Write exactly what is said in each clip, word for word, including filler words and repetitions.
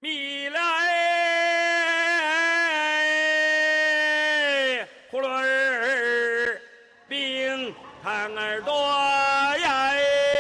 米来葫芦儿冰糖儿多呀！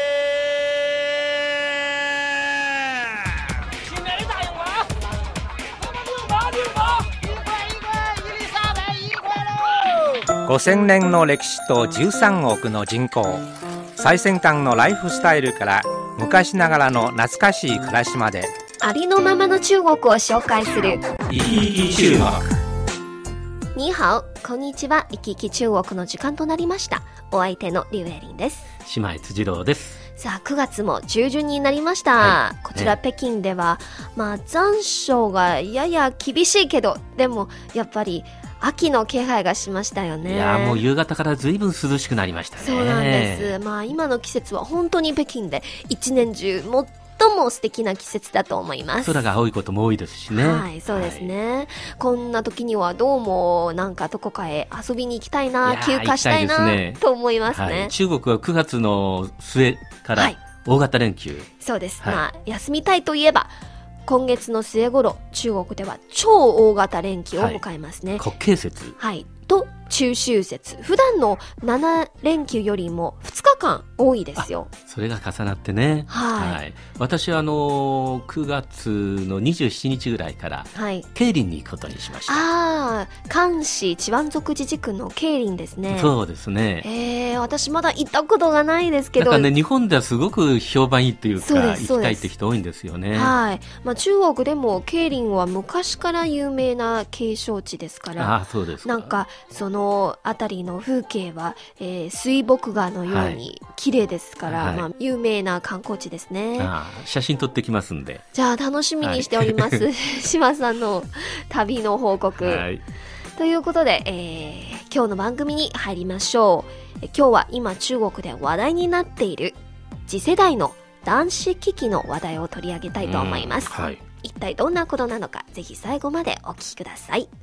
新来的大洋娃，我们六毛六毛，一块一块，伊丽莎白一块喽。 ごせんねんの歴史とじゅうさんおくの人口、最先端のライフスタイルから昔ながらの懐かしい暮らしまで、 ありのままの中国を紹介する生き生き中国。 にーはお、こんにちは。生き生き中国の時間となりました。お相手のリュウエリンです。 姉妹辻郎です。 さあ、くがつも中旬になりました。はい、こちら、ね、北京では、まあ残暑がやや厳しいけど、でもやっぱり秋の気配がしましたよね。 いやもう夕方からずいぶん涼しくなりましたね。 そうなんです。まあ今の季節は本当に北京で一年中最も素敵な季節だと思います。 空が青いことも多いですしね。 はい、そうですね、はい、こんな時にはどうもなんかどこかへ遊びに行きたいな、休暇したいな、ね、と思いますね、 はい、中国はくがつの末から大型連休、はい、 そうです、はい、まあ休みたいといえば今月の末頃、中国では超大型連休を迎えますね、 はい、国慶節、 はい、と中秋節。普段のななれんきゅうよりもふつかかん多いですよ。 それが重なってね、 はいはい、 私はあのくがつのにじゅうしちにちぐらいから桂林に行くことにしました。 ああ、漢市チワン族自治区の桂林ですね。 そうですね、 えー、私まだ行ったことがないですけど、 なんかね、日本ではすごく評判いいっていうか、行きたいって人多いんですよね。 はい、まあ、中国でも桂林は昔から有名な景勝地ですから、 あ、そうですか。 なんかその辺りの風景は、えー、水墨画のように綺麗ですから、はい、まあ、有名な観光地ですね。 あ、写真撮ってきますんで、 じゃあ楽しみにしております、はい、島さんの旅の報告、はい、ということで、えー、今日の番組に入りましょう。今日は今中国で話題になっている次世代の男子機器の話題を取り上げたいと思います、はい、一体どんなことなのか、ぜひ最後までお聞きください。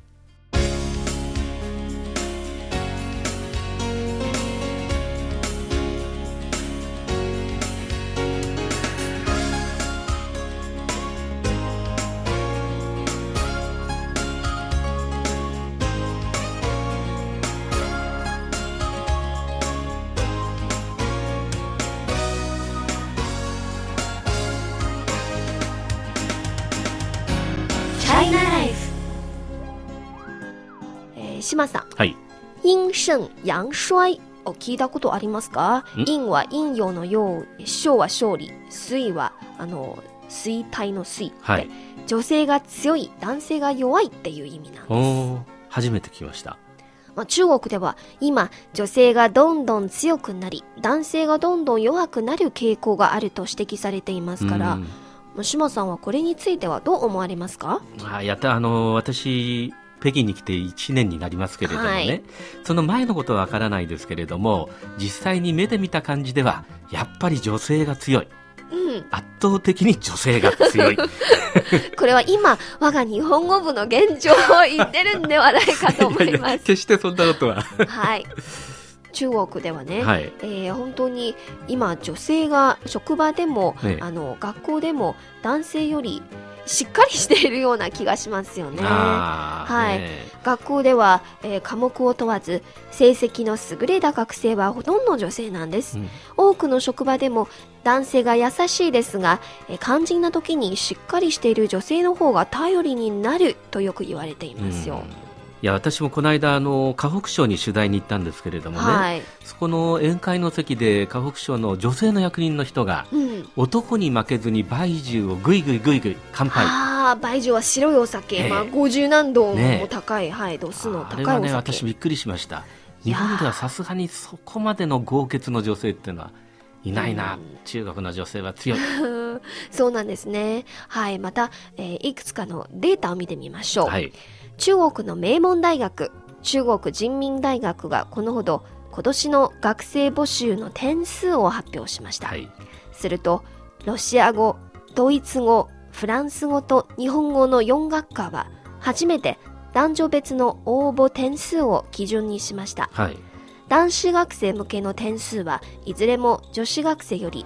島さん、 はい、 陰盛陽衰を聞いたことありますか？陰は陰陽の陽、勝は勝利、衰はあの衰退の衰、はい、女性が強い、男性が弱いっていう意味なんです。 お、初めて聞きました。 まあ、中国では今女性がどんどん強くなり、男性がどんどん弱くなる傾向があると指摘されていますから、島さんはこれについてはどう思われますか？ あ、やったあの私北京に来ていちねんになりますけれどもね、はい、その前のことはわからないですけれども、実際に目で見た感じではやっぱり女性が強い、うん、圧倒的に女性が強いこれは今我が日本語部の現状を言ってるんではないかと思います。いやいや、 決してそんなことははい、中国ではね、 はい、 えー、本当に今女性が職場でも、ね、あの学校でも男性よりしっかりしているような気がしますよね。はい、ね、学校では、えー、科目を問わず成績の優れた学生はほとんど女性なんです、うん、多くの職場でも男性が優しいですが、えー、肝心な時にしっかりしている女性の方が頼りになるとよく言われていますよ、うん、 いや、私もこの間あの河北省に取材に行ったんですけれどもね、はい、そこの宴会の席で河北省の女性の役人の人が、うん、男に負けずに梅酒をぐいぐいぐいぐい乾杯。 ああ、梅酒は白いお酒、えーまあ、ごじゅうなんども高い、ね、はい、度数の高いお酒。あれはね、 私びっくりしました。日本ではさすがにそこまでの豪傑の女性っていうのはいないな、うん、中国の女性は強いそうなんですね。はい、また、えー、いくつかのデータを見てみましょう。はい、中国の名門大学、中国人民大学がこのほど今年の学生募集の点数を発表しました、はい、するとロシア語、ドイツ語、フランス語と日本語のよん学科は初めて男女別の応募点数を基準にしました、はい、男子学生向けの点数はいずれも女子学生より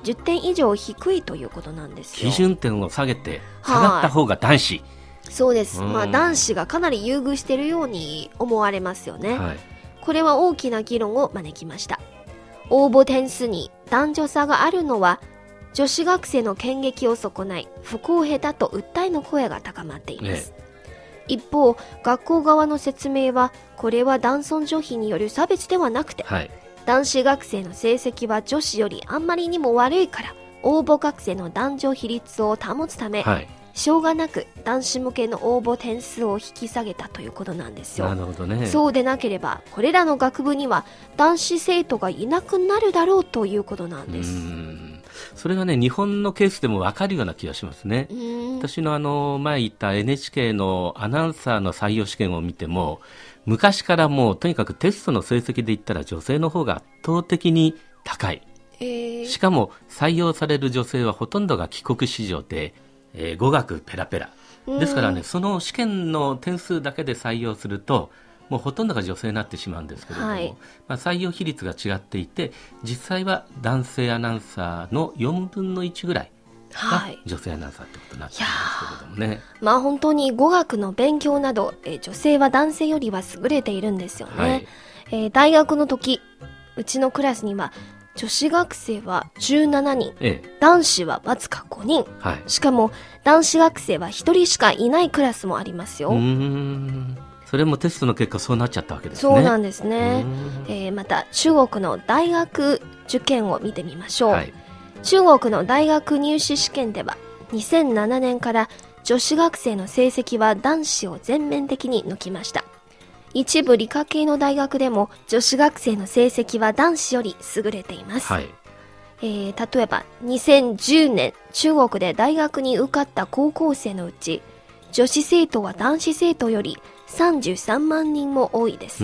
じゅってん以上低いということなんですよ。 基準点を下げて下がった方が男子、はい、 そうです、まあ、男子がかなり優遇しているように思われますよね、 はい、 これは大きな議論を招きました。応募点数に男女差があるのは女子学生の権益を損ない不公平だと訴えの声が高まっています、ね、一方学校側の説明はこれは男尊女卑による差別ではなくて、はい、男子学生の成績は女子よりあんまりにも悪いから応募学生の男女比率を保つため、はい、しょうがなく男子向けの応募点数を引き下げたということなんですよ。 なるほどね。 そうでなければこれらの学部には男子生徒がいなくなるだろうということなんです。 うーん、それがね日本のケースでも分かるような気がしますね。私のあの前言った エヌエイチケー のアナウンサーの採用試験を見ても昔からもうとにかくテストの成績で言ったら女性の方が圧倒的に高い、えー、しかも採用される女性はほとんどが帰国子女で、えー、語学ペラペラですからね、その試験の点数だけで採用するともうほとんどが女性になってしまうんですけれども、はい、まあ、採用比率が違っていて実際は男性アナウンサーのよんぶんのいちぐらいが女性アナウンサーってことになっていますけれどもね、はい、 まあ、本当に語学の勉強など、えー、女性は男性よりは優れているんですよね、はい、えー、大学の時うちのクラスには女子学生はじゅうななにん、ええ、男子はわずかごにん、はい、しかも男子学生はひとりしかいないクラスもありますよ。 うーん、それもテストの結果そうなっちゃったわけですね。 そうなんですね、えー、また中国の大学受験を見てみましょう、はい、中国の大学入試試験ではにせんななねんから女子学生の成績は男子を全面的に抜きました。一部理科系の大学でも女子学生の成績は男子より優れています、はい、えー、例えばにせんじゅうねん中国で大学に受かった高校生のうち女子生徒は男子生徒よりさんじゅうさんまんにんも多いです。うん、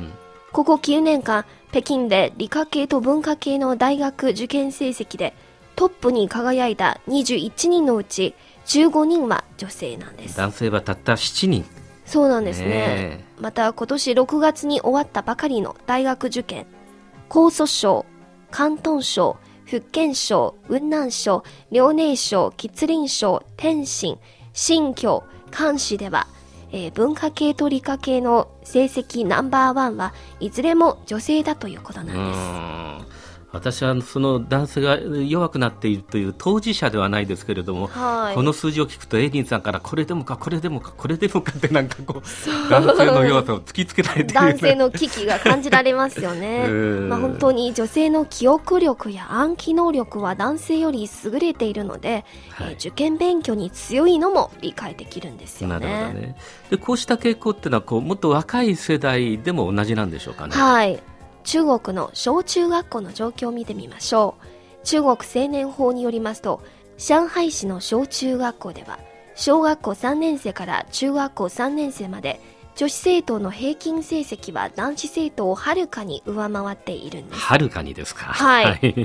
ここきゅうねんかん北京で理科系と文化系の大学受験成績でトップに輝いたにじゅういちにんのうちじゅうごにんは女性なんです。 男性はたったしちにん。 そうなんですね。また今年ろくがつに終わったばかりの大学受験、江蘇省、広東省、福建省、雲南省、遼寧省、吉林省、天津、新疆、漢市では、えー、文化系と理科系の成績ナンバーワンはいずれも女性だということなんです。 私はその男性が弱くなっているという当事者ではないですけれども、はい、この数字を聞くとエイリンさんからこれでもかこれでもかこれでもかってなんかこう男性の弱さを突きつけられている男性の危機が感じられますよね、まあ、本当に女性の記憶力や暗記能力は男性より優れているので、はい、えー、受験勉強に強いのも理解できるんですよね。 なるほどね。でこうした傾向っていうのはこうもっと若い世代でも同じなんでしょうかね。 はい、中国の小中学校の状況を見てみましょう。中国青年法によりますと、上海市の小中学校では小学校さんねん生から中学校さんねん生まで女子生徒の平均成績は男子生徒をはるかに上回っているんです。 はるかにですか。 はい、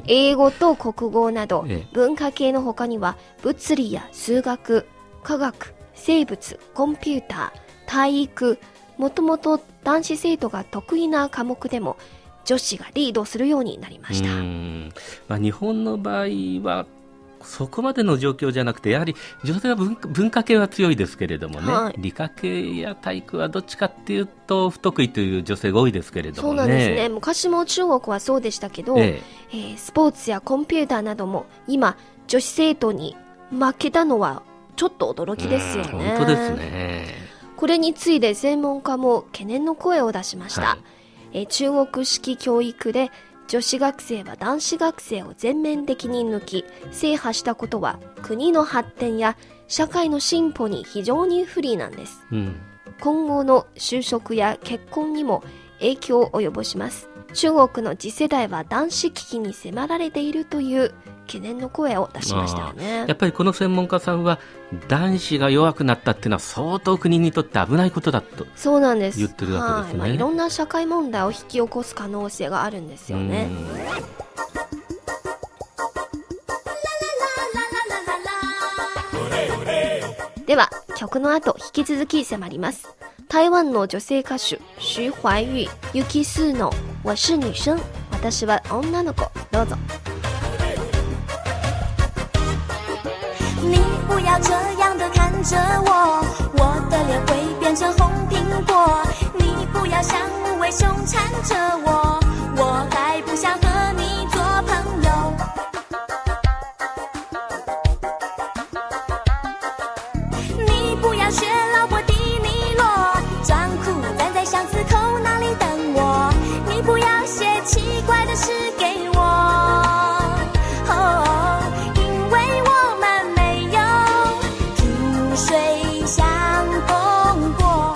英語と国語など文化系の他には物理や数学、科学、生物、コンピューター、体育、もともと男子生徒が得意な科目でも女子がリードするようになりました。うーん、 まあ、日本の場合はそこまでの状況じゃなくて、やはり女性は 文, 文化系は強いですけれどもね、はい、理科系や体育はどっちかっていうと不得意という女性が多いですけれどもね。 そうなんですね。昔も中国はそうでしたけど、えええー、スポーツやコンピューターなども今女子生徒に負けたのはちょっと驚きですよね。 本当ですね。 これについて専門家も懸念の声を出しました、はい、え中国式教育で女子学生は男子学生を全面的に抜き制覇したことは国の発展や社会の進歩に非常に不利なんです、うん、今後の就職や結婚にも影響を及ぼします。中国の次世代は男子危機に迫られているという懸念の声を出しましたよね。 やっぱりこの専門家さんは男子が弱くなったっていうのは相当国にとって危ないことだとそうなんです言ってるわけですね。 はい、まあ、いろんな社会問題を引き起こす可能性があるんですよね。では曲の後引き続き迫ります。台湾の女性歌手徐懷钰、ユキスーの我是女生、私は女の子、どうぞ。 你不要这样的看着我，我的脸会变成红苹果。你不要像无尾熊缠着我，我还不想和你做朋友。你不要学老婆迪尼洛，装酷站在巷子口那里等我。你不要写奇怪的诗给我，哦，因为我们没有萍水相逢过。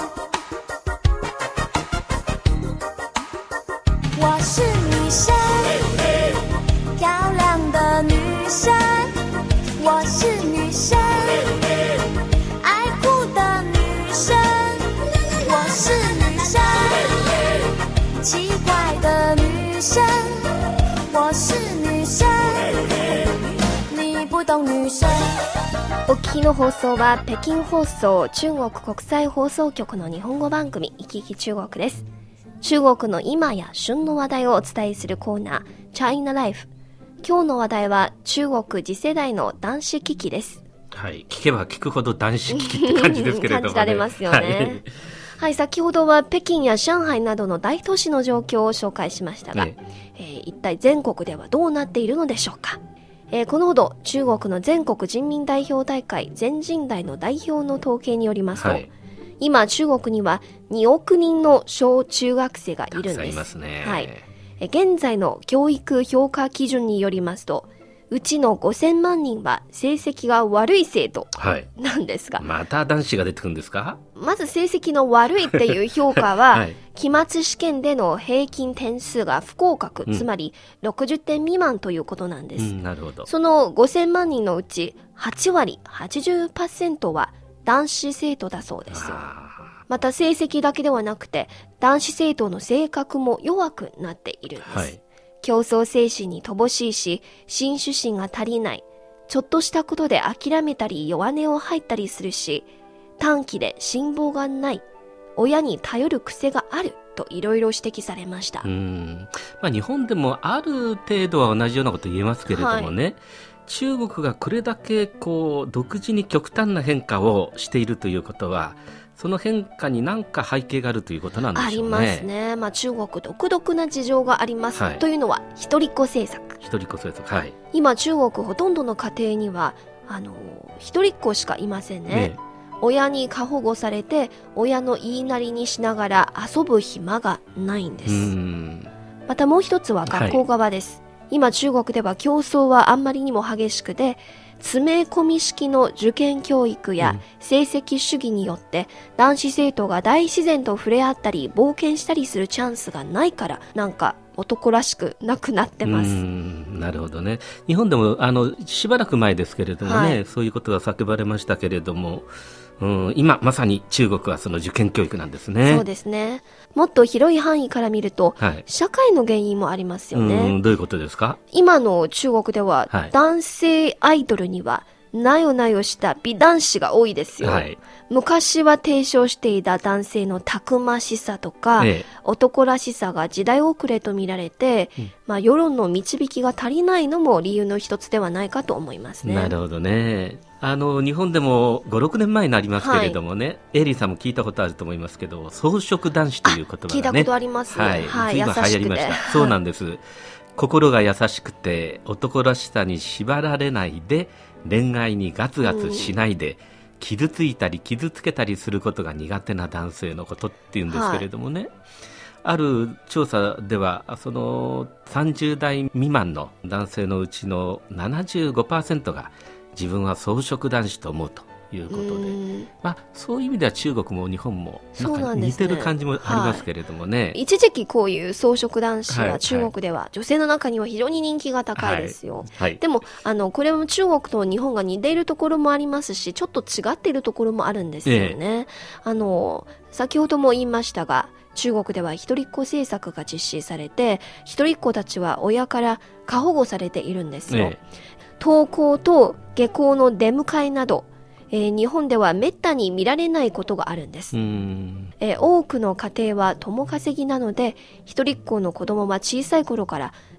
我是女生，漂亮的女生。我是女生，爱哭的女生。我是女生，奇怪的女生。我是女生，你不懂女生。 お聞きの放送は北京放送中国国際放送局の日本語番組いきいき中国です。中国の今や旬の話題をお伝えするコーナーチャイナライフ。今日の話題は中国次世代の男子危機です。 はい、聞けば聞くほど男子危機って感じですけれども、ね、 感じられますよね。はいはい、先ほどは北京や上海などの大都市の状況を紹介しましたが、ねえー、一体全国ではどうなっているのでしょうか。えー、このほど中国の全国人民代表大会全人代の代表の統計によりますと、はい、今中国にはにおくにんの小中学生がいるんです。たくさんいますね。はい、えー、現在の教育評価基準によりますと、うちのごせんまんにんは成績が悪い生徒なんですが、 はい、また男子が出てくるんですか。 まず成績の悪いっていう評価は、はい、期末試験での平均点数が不合格、うん、つまりろくじゅってん未満ということなんです、うん、 なるほど。 そのごせんまんにんのうちはちわり はちじゅっパーセント は男子生徒だそうですよ。また成績だけではなくて男子生徒の性格も弱くなっているんです、はい、競争精神に乏しいし、進取心が足りない。ちょっとしたことで諦めたり弱音を吐いたりするし、短気で辛抱がない。親に頼る癖があるといろいろ指摘されました。 うーん、まあ、日本でもある程度は同じようなこと言えますけれどもね、はい、中国がこれだけこう独自に極端な変化をしているということは、その変化に何か背景があるということなんでしょうね。 ありますね。まあ、中国独特な事情があります、はい、というのは一人っ子政策。 一人っ子政策、はい、 今中国ほとんどの家庭にはあの一人っ子しかいません ね, ね親に過保護されて親の言いなりにしながら遊ぶ暇がないんです。うーん、またもう一つは学校側です、はい、今中国では競争はあんまりにも激しくて、詰め込み式の受験教育や成績主義によって男子生徒が大自然と触れ合ったり冒険したりするチャンスがないから、なんか男らしくなくなってます。うーん、なるほどね。日本でもあのしばらく前ですけれどもね、はい、そういうことが叫ばれましたけれども、うん、今まさに中国はその受験教育なんですね。 そうですね。もっと広い範囲から見ると、はい、社会の原因もありますよね。 うん、どういうことですか。 今の中国では、はい、男性アイドルにはなよなよした美男子が多いですよ、はい、昔は提唱していた男性のたくましさとか、ええ、男らしさが時代遅れと見られて、うん、まあ、世論の導きが足りないのも理由の一つではないかと思いますね。 なるほどね。あの日本でもご、ろくねんまえになりますけれどもね、はい、エイリーさんも聞いたことあると思いますけど、草食男子という言葉がね、 聞いたことあります、 はいはい、随分流行りました。そうなんです。心が優しくて男らしさに縛られないで、恋愛にガツガツしないで、うん、傷ついたり傷つけたりすることが苦手な男性のことっていうんですけれどもね、はい、ある調査ではそのさんじゅうだい未満の男性のうちの ななじゅうごパーセント が自分は草食男子と思うということで、まあ、そういう意味では中国も日本もなんか似てる感じもありますけれどもね、はい、 一時期こういう草食男子は中国では女性の中には非常に人気が高いですよ、はいはい、でもあのこれも中国と日本が似ているところもありますし、ちょっと違っているところもあるんですよね、ええ、あの先ほども言いましたが、中国では一人っ子政策が実施されて、一人っ子たちは親から過保護されているんですよ、ええ、登校と下校の出迎えなど、えー、日本ではめったに見られないことがあるんです。うーん、えー、多くの家庭は共稼ぎなので、一人っ子の子供は小さい頃から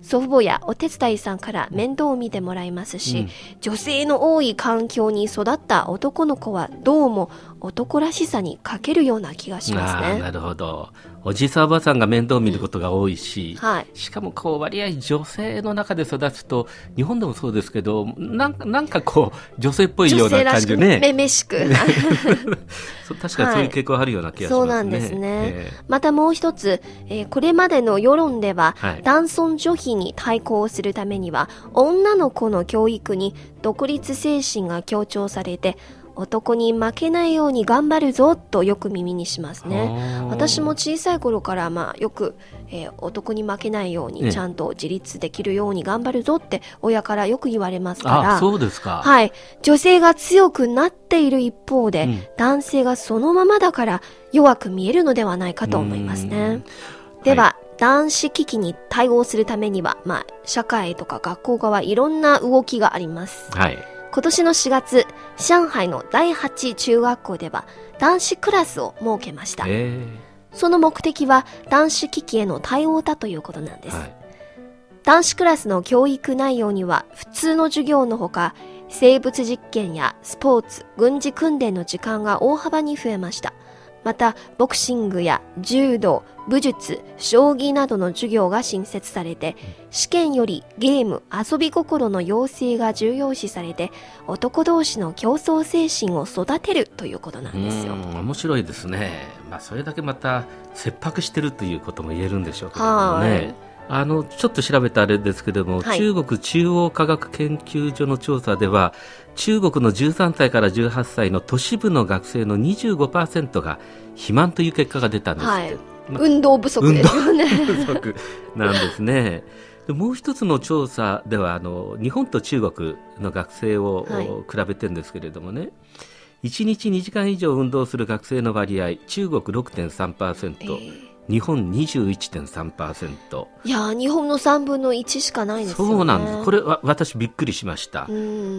祖父母やお手伝いさんから面倒を見てもらいますし、うん、女性の多い環境に育った男の子はどうも男らしさに欠けるような気がしますね。 あ、なるほど。おじいさんおばあさんが面倒を見ることが多いし、 うん、はい、 しかもこう割合女性の中で育つと、日本でもそうですけど、なんか、なんかこう女性っぽいような感じでね、 めめしく確かにそういう傾向あるような気がしますね。 そうなんですね、えー、またもう一つ、えー、これまでの世論では、はい、男尊女卑に対抗するためには女の子の教育に独立精神が強調されて、男に負けないように頑張るぞとよく耳にしますね。私も小さい頃から、まあ、よく、えー、男に負けないようにちゃんと自立できるように頑張るぞって親からよく言われますから。 あ、そうですか。 はい。女性が強くなっている一方で、うん、男性がそのままだから弱く見えるのではないかと思いますね。では、はい、男子危機に対応するためには、まあ、社会とか学校側いろんな動きがあります。 はい。 今年のしがつ、上海のだいはち中学校では男子クラスを設けました。 えー、 その目的は男子危機への対応だということなんです。はい、男子クラスの教育内容には普通の授業のほか、生物実験やスポーツ、軍事訓練の時間が大幅に増えました。また、ボクシングや柔道、武術、将棋などの授業が新設されて、試験よりゲーム、遊び心の養成が重要視されて、男同士の競争精神を育てるということなんですよ。 うん、面白いですね。まあ、それだけまた切迫してるということも言えるんでしょうけどもね。あのちょっと調べたあれですけども、はい、中国中央科学研究所の調査では、中国のじゅうさんさいからじゅうはっさいの都市部の学生の にじゅうごパーセント が肥満という結果が出たんですって、はい、 ま、運動不足ですよね。 運動不足なんですね。でもう一つの調査では、あの日本と中国の学生を、はい、比べてるんですけれどもね、いちにちにじかん以上運動する学生の割合、中国 ろくてんさんパーセント、えー日本 にじゅういちてんさんパーセント。 いや日本のさんぶんのいちしかないですよね。 そうなんです。これは私びっくりしました。うん、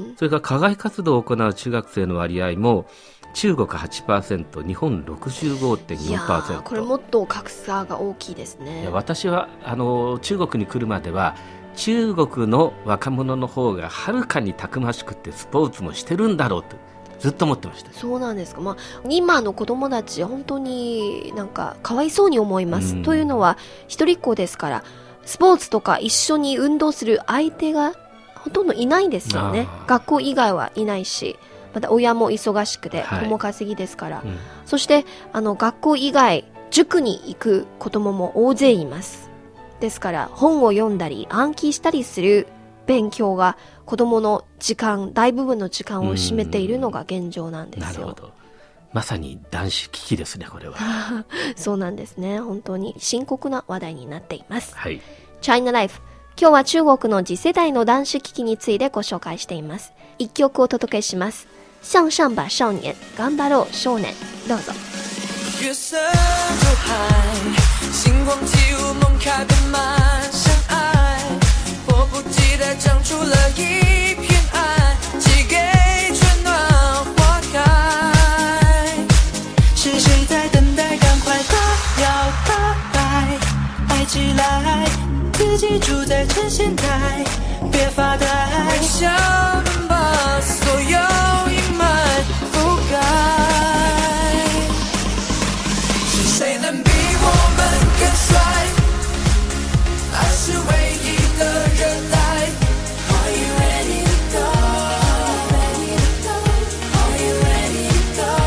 それから課外活動を行う中学生の割合も中国 はちパーセント、日本 ろくじゅうごてんよんパーセント。 いやこれもっと格差が大きいですね。 いや私はあの中国に来るまでは、中国の若者の方がはるかにたくましくてスポーツもしてるんだろうとずっと思ってました。 そうなんですか。まあ、今の子供たち本当になんかかわいそうに思います、うん、というのは一人っ子ですから、スポーツとか一緒に運動する相手がほとんどいないんですよね。学校以外はいないし、また親も忙しくて共稼ぎですから、はいうん、そしてあの学校以外塾に行く子供も大勢います。ですから本を読んだり暗記したりする勉強が子供の時間、大部分の時間を占めているのが現状なんですよ。なるほど。 まさに男子危機ですね、これは。 そうなんですね。本当に深刻な話題になっています。 はい。 China Life。今日は中国の次世代の男子危機についてご紹介しています。一曲お届けします。向上吧少年、頑張ろう少年。どうぞ。月色如海，星光起舞，梦开遍满山爱，迫不及待长出了一片爱，寄给春暖花开。是谁在等待？赶快把摇摆，爱起来，自己住在趁现代，别发呆，微笑能把所有阴霾覆盖。是谁能比我们更帅？爱是唯一的热带。Are you ready to go? Are you ready to go?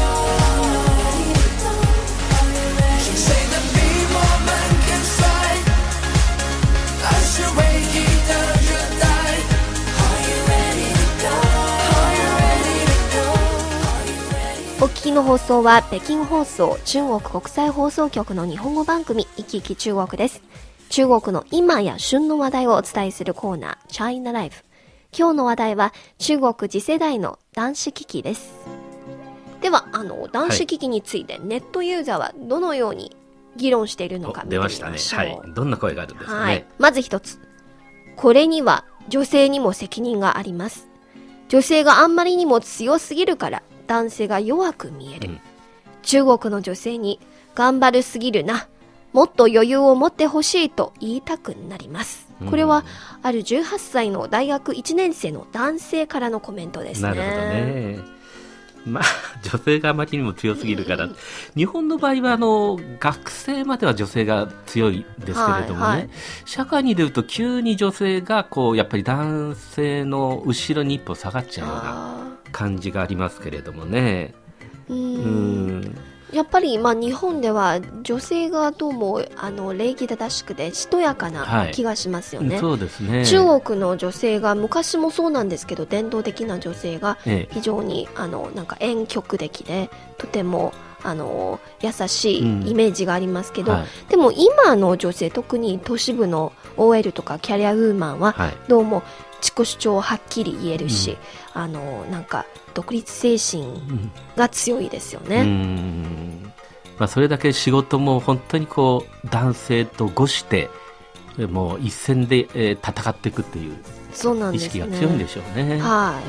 是谁能比我们更帅？爱是唯一的热带。Are you ready to go? Are you ready to go? お聞きの放送は北京放送中国国際放送局の日本語番組いきいき中国です。中国の今や旬の話題をお伝えするコーナー China Life。 今日の話題は中国次世代の男子危機です。ではあの男子危機についてネットユーザーはどのように議論しているのか見てみましょう。 出ましたね。はい、どんな声があるんですかね。 はい、まず一つ、これには女性にも責任があります。女性があんまりにも強すぎるから男性が弱く見える、うん、中国の女性に頑張るすぎるな、もっと余裕を持ってほしいと言いたくなります。 これはあるじゅうはっさいの大学いちねん生の男性からのコメントですね。 なるほどね。まあ、女性があまりにも強すぎるから、うん、日本の場合はあの学生までは女性が強いですけれどもね、はいはい、社会に出ると急に女性がこうやっぱり男性の後ろに一歩下がっちゃうような感じがありますけれどもね。 うーんうんやっぱり、まあ、日本では女性がどうもあの礼儀正しくてしとやかな気がしますよね、 はい、そうですね。 中国の女性が昔もそうなんですけど伝統的な女性が非常に、ええ、あのなんか婉曲的でとてもあの優しいイメージがありますけど、うんはい、でも今の女性特に都市部の オーエル とかキャリアウーマンはどうも自己主張をはっきり言えるし、うん、あのなんか独立精神が強いですよね、うんうんまあ、それだけ仕事も本当にこう男性と伍してもう一線で、えー、戦っていくっていう意識が強いんでしょうね。 はい、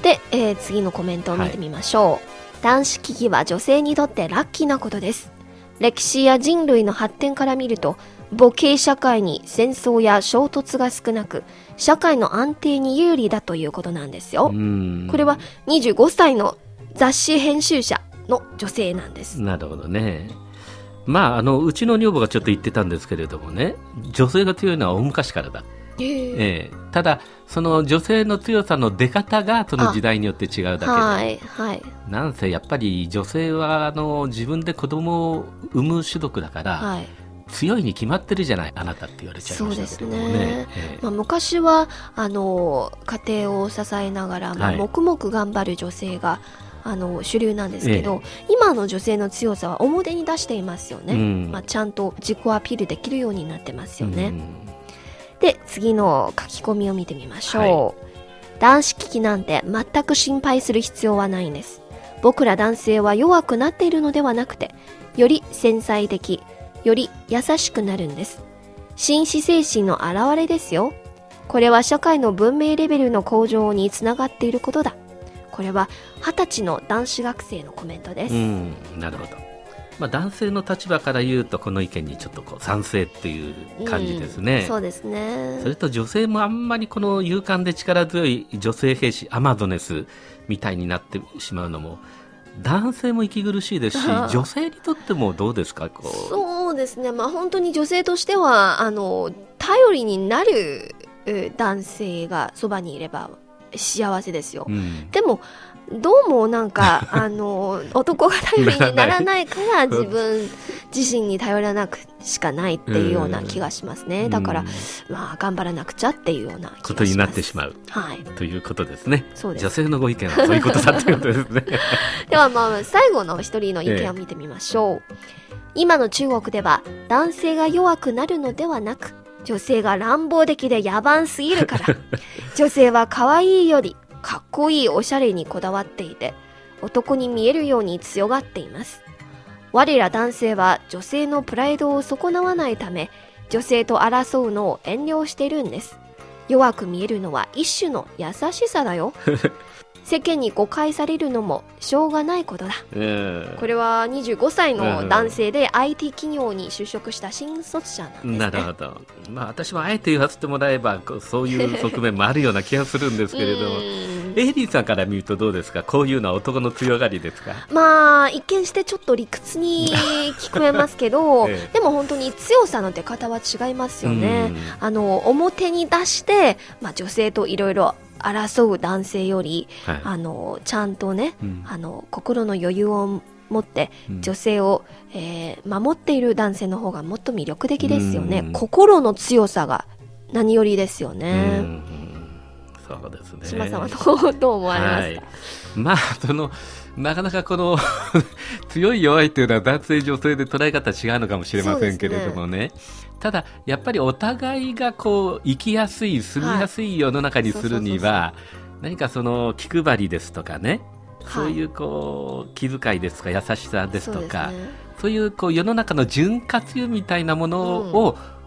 で、えー、次のコメントを見てみましょう、はい、男子機器は女性にとってラッキーなことです。歴史や人類の発展から見ると母系社会に戦争や衝突が少なく社会の安定に有利だということなんですよ。これはにじゅうごさいの雑誌編集者の女性なんです。 なるほどね。まあ、あのうちの女房がちょっと言ってたんですけれどもね、女性が強いのは大昔からだ、えーえー、ただその女性の強さの出方がその時代によって違うだけで、 はいはい、 なんせやっぱり女性はあの自分で子供を産む種族だから、はい、強いに決まってるじゃないあなたって言われちゃいましたけどもね。そうですね、 えーまあ、昔はあの家庭を支えながら、まあ、黙々頑張る女性が、はいあの主流なんですけど、ええ、今の女性の強さは表に出していますよね、うんまあ、ちゃんと自己アピールできるようになってますよね、うん、で次の書き込みを見てみましょう、はい、男子機器なんて全く心配する必要はないんです。僕ら男性は弱くなっているのではなくてより繊細的より優しくなるんです。紳士精神の表れですよ。これは社会の文明レベルの向上につながっていることだ。これははたちの男子学生のコメントです。 うんなるほど、まあ、男性の立場から言うとこの意見にちょっとこう賛成っていう感じですね、 うん、そうですね。 それと女性もあんまりこの勇敢で力強い女性兵士アマゾネスみたいになってしまうのも男性も息苦しいですし女性にとってもどうですかこう。 そうですね、まあ、本当に女性としてはあの頼りになる男性がそばにいれば幸せですよ、うん、でもどうもなんかあの男が頼りにならないから自分自身に頼らなくしかないっていうような気がしますね、うん、だから、まあ、頑張らなくちゃっていうような気がしますことになってしまう、 はい、 ということですね。 そうです。 女性のご意見はそういうことだということですねでは、まあ、最後の一人の意見を見てみましょう、ええ、今の中国では男性が弱くなるのではなく女性が乱暴的で野蛮すぎるから女性は可愛いよりかっこいいおしゃれにこだわっていて男に見えるように強がっています。我ら男性は女性のプライドを損なわないため女性と争うのを遠慮しているんです。弱く見えるのは一種の優しさだよ世間に誤解されるのもしょうがないことだ、えー、これはにじゅうごさいの男性で アイティー 企業に就職した新卒者なんですね。 なるほど、まあ、私もあえて言わせてもらえばそういう側面もあるような気がするんですけれどもエイリーさんから見るとどうですか。こういうのは男の強がりですか。 まあ一見してちょっと理屈に聞こえますけど、ええ、でも本当に強さの出方は違いますよね。あの表に出して、まあ、女性といろいろ争う男性より、はい、あのちゃんとね、うん、あの心の余裕を持って女性を、うん、えー、守っている男性の方がもっと魅力的ですよね。心の強さが何よりですよね。うんそうですね。 島さんはどう、どう思われますか。はい、 まあそのなかなかこの強い弱いというのは男性女性で捉え方違うのかもしれませんけれども ね, ねただやっぱりお互いがこう生きやすい住みやすい世の中にするには何かその気配りですとかね、はい、そういうこう気遣いですとか優しさですとか、そうですね、そういうこう世の中の潤滑油みたいなものを、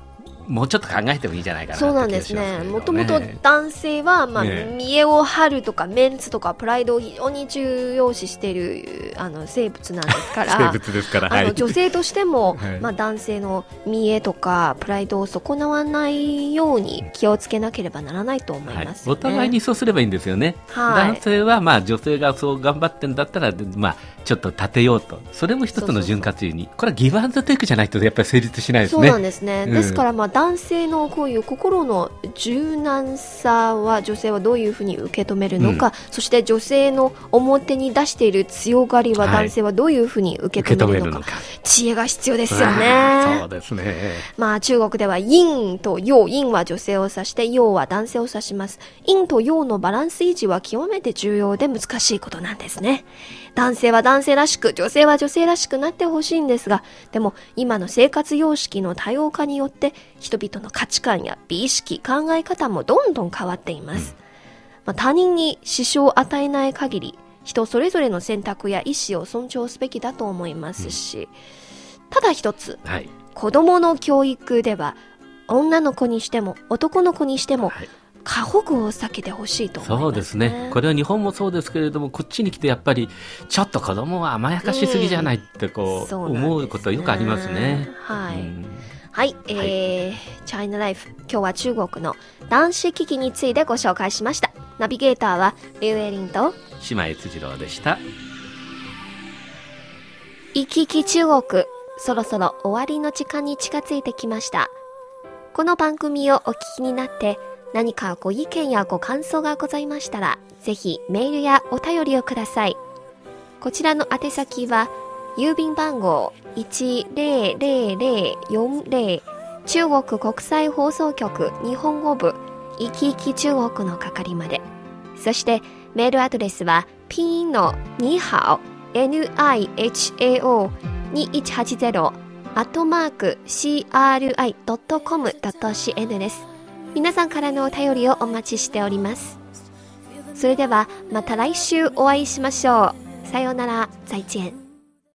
もうちょっと考えてもいいんじゃないかな。 そうなんですね。もともと男性は、まあね、見栄を張るとかメンツとかプライドを非常に重要視しているあの生物なんですから生物ですから、はい、 あの女性としても、はい、まあ、男性の見栄とかプライドを損なわないように気をつけなければならないと思います、ね、はい、 お互いにそうすればいいんですよね、はい、男性はまあ女性がそう頑張ってんだったら、まあ、ちょっと立てようと、それも一つの潤滑油に。そうそうそう、これはギブアンドテイクじゃないとやっぱり成立しないですね。 そうなんですね、うん、ですからまあ男性のこういう心の柔軟さは女性はどういうふうに受け止めるのか、うん、そして女性の表に出している強がりは男性はどういうふうに受け止めるのか、はい、知恵が必要ですよね。 そうですね。 まあ中国では陰と陽、陰は女性を指して陽は男性を指します。陰と陽のバランス維持は極めて重要で難しいことなんですね。男性は男性らしく、女性は女性らしくなってほしいんですが、でも今の生活様式の多様化によって人々の価値観や美意識、考え方もどんどん変わっています、まあ、他人に支障を与えない限り人それぞれの選択や意思を尊重すべきだと思いますし、ただ一つ、はい、子供の教育では女の子にしても男の子にしても、はい、過保護を避けてほしいと思いますね。 そうですね。これは日本もそうですけれども、こっちに来てやっぱりちょっと子供は甘やかしすぎじゃないってこう、うん、思うことよくありますね。 はい、うん、はい、えーはい、チャイナライフ、今日は中国の男子危機についてご紹介しました。ナビゲーターはリュウエリンと島江辻郎でした。 行き来中国、そろそろ終わりの時間に近づいてきました。この番組をお聞きになって何かご意見やご感想がございましたら、ぜひメールやお便りをください。こちらの宛先は郵便番号 いちぜろぜろぜろよんぜろ 中国国際放送局日本語部いきいき中国の係まで。そしてメールアドレスはピンのにハオ エヌアイエイチエーオーにせんひゃくはちじゅう アットマーク シーアールアイドットコムドットシーエヌ です。皆さんからのお便りをお待ちしております。それではまた来週お会いしましょう。さようなら、再见。